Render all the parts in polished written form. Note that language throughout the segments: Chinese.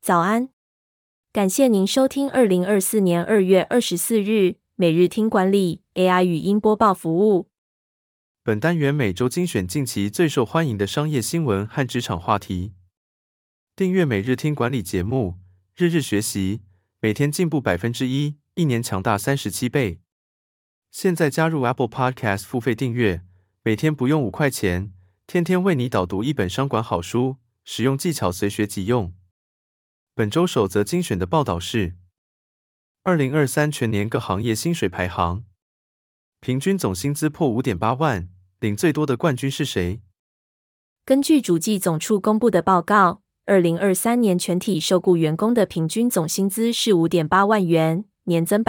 早安，感谢您收听2024年2月24日每日听管理 AI 语音播报服务。 本单元每周精选近期最受欢迎的商业新闻和职场话题。订阅每日听管理节目，日日学习，每天进步1%，一年强大37倍。现在加入 Apple Podcast 付费订阅，每天不用5块钱，天天为你导读一本商管好书，使用技巧随学即用。本周首则精选的报道是2023全年各行业薪水排行，平均总薪资破 5.8 万，领最多的冠军是谁？ 根据主计总处公布的报告，2023年全体受雇员工的平均总薪资是 5.8 万元，年增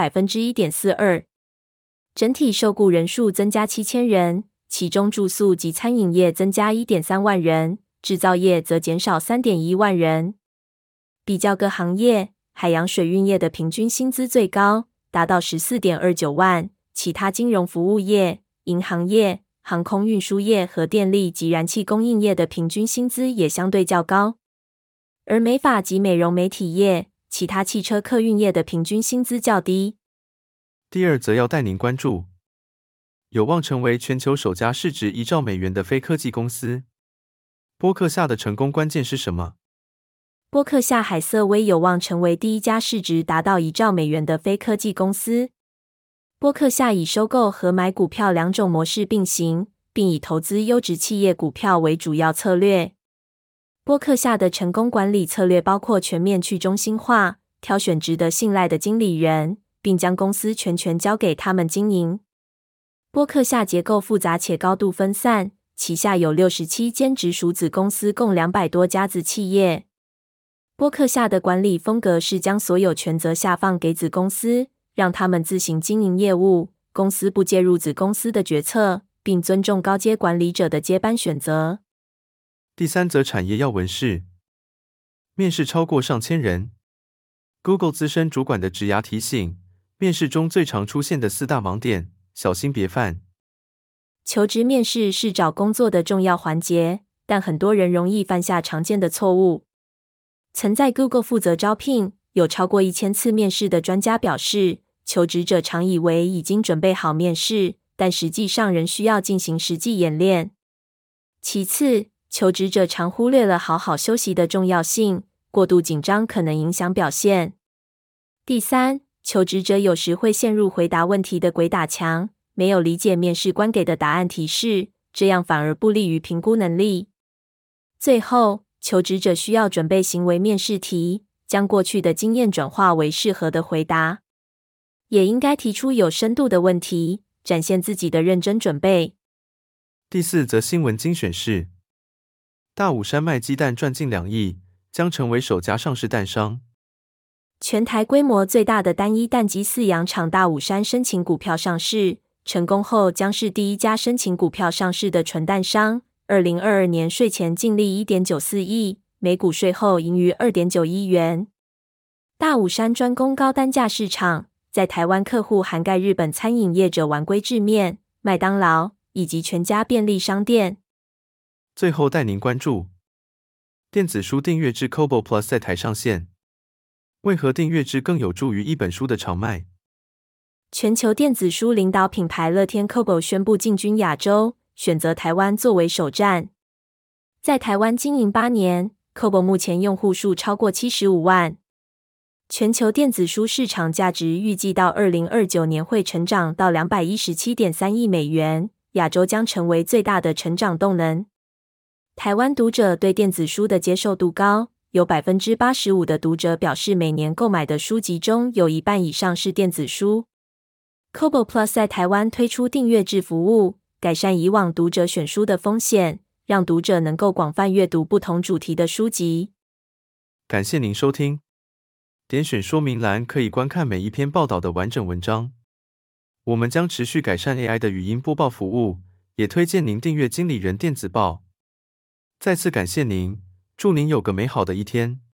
1.42%。整体受雇人数增加7000人，其中住宿及餐饮业增加 1.3 万人，制造业则减少 3.1 万人。比较各行业，海洋水运业的平均薪资最高，达到 14.29 万，其他金融服务业、银行业、航空运输业和电力及燃气供应业的平均薪资也相对较高。而美发及美容美体业、其他汽车客运业的平均薪资较低。 第二则要带您关注，有望成为全球首家市值1兆美元的非科技公司。波克夏的成功关键是什么？ 波克夏海瑟薇有望成为第一家市值达到1兆美元的非科技公司。波克夏以收购和买股票两种模式并行，并以投资优质企业股票为主要策略。波克夏的成功管理策略包括全面去中心化，挑选值得信赖的经理人，并将公司全权交给他们经营。波克夏结构复杂且高度分散，旗下有67间直属子公司，共200多家子企业。波克夏的管理风格是将所有权责下放给子公司，让他们自行经营业务，公司不介入子公司的决策，并尊重高阶管理者的接班选择。 第三则产业要闻是，面试超过上千人。Google 资深主管的职涯提醒，面试中最常出现的4大盲点，小心别犯。 求职面试是找工作的重要环节，但很多人容易犯下常见的错误。曾在 Google 负责招聘，有超过1000次面试的专家表示，求职者常以为已经准备好面试，但实际上仍需要进行实际演练。其次，求职者常忽略了好好休息的重要性，过度紧张可能影响表现。第三，求职者有时会陷入回答问题的鬼打墙，没有理解面试官给的答案提示，这样反而不利于评估能力。最后，求职者需要准备行为面试题，将过去的经验转化为适合的回答。也应该提出有深度的问题，展现自己的认真准备。 第四则新闻精选是，大武山卖鸡蛋赚近2亿，将成为首家上市蛋商。 全台规模最大的单一蛋鸡饲养厂大武山申请股票上市，成功后将是第一家申请股票上市的纯蛋商。2022年税前净利 1.94 亿，每股税后盈余 2.9 亿元。大武山专攻高单价市场，在台湾客户涵盖日本餐饮业者丸龟制面、麦当劳以及全家便利商店。 最后带您关注，电子书订阅制 Kobo Plus 在台上线，为何订阅制更有助于一本书的长卖？ 全球电子书领导品牌乐天 Kobo 宣布进军亚洲，选择台湾作为首站。在台湾经营8年， Kobo 目前用户数超过75万。全球电子书市场价值预计到2029年会成长到 217.3 亿美元，亚洲将成为最大的成长动能。台湾读者对电子书的接受度高，有 85% 的读者表示每年购买的书籍中有一半以上是电子书。Kobo Plus 在台湾推出订阅制服务，改善以往读者选书的风险，让读者能够广泛阅读不同主题的书籍。 感谢您收听，点选说明栏可以观看每一篇报道的完整文章。我们将持续改善 AI 的语音播报服务，也推荐您订阅经理人电子报。再次感谢您，祝您有个美好的一天。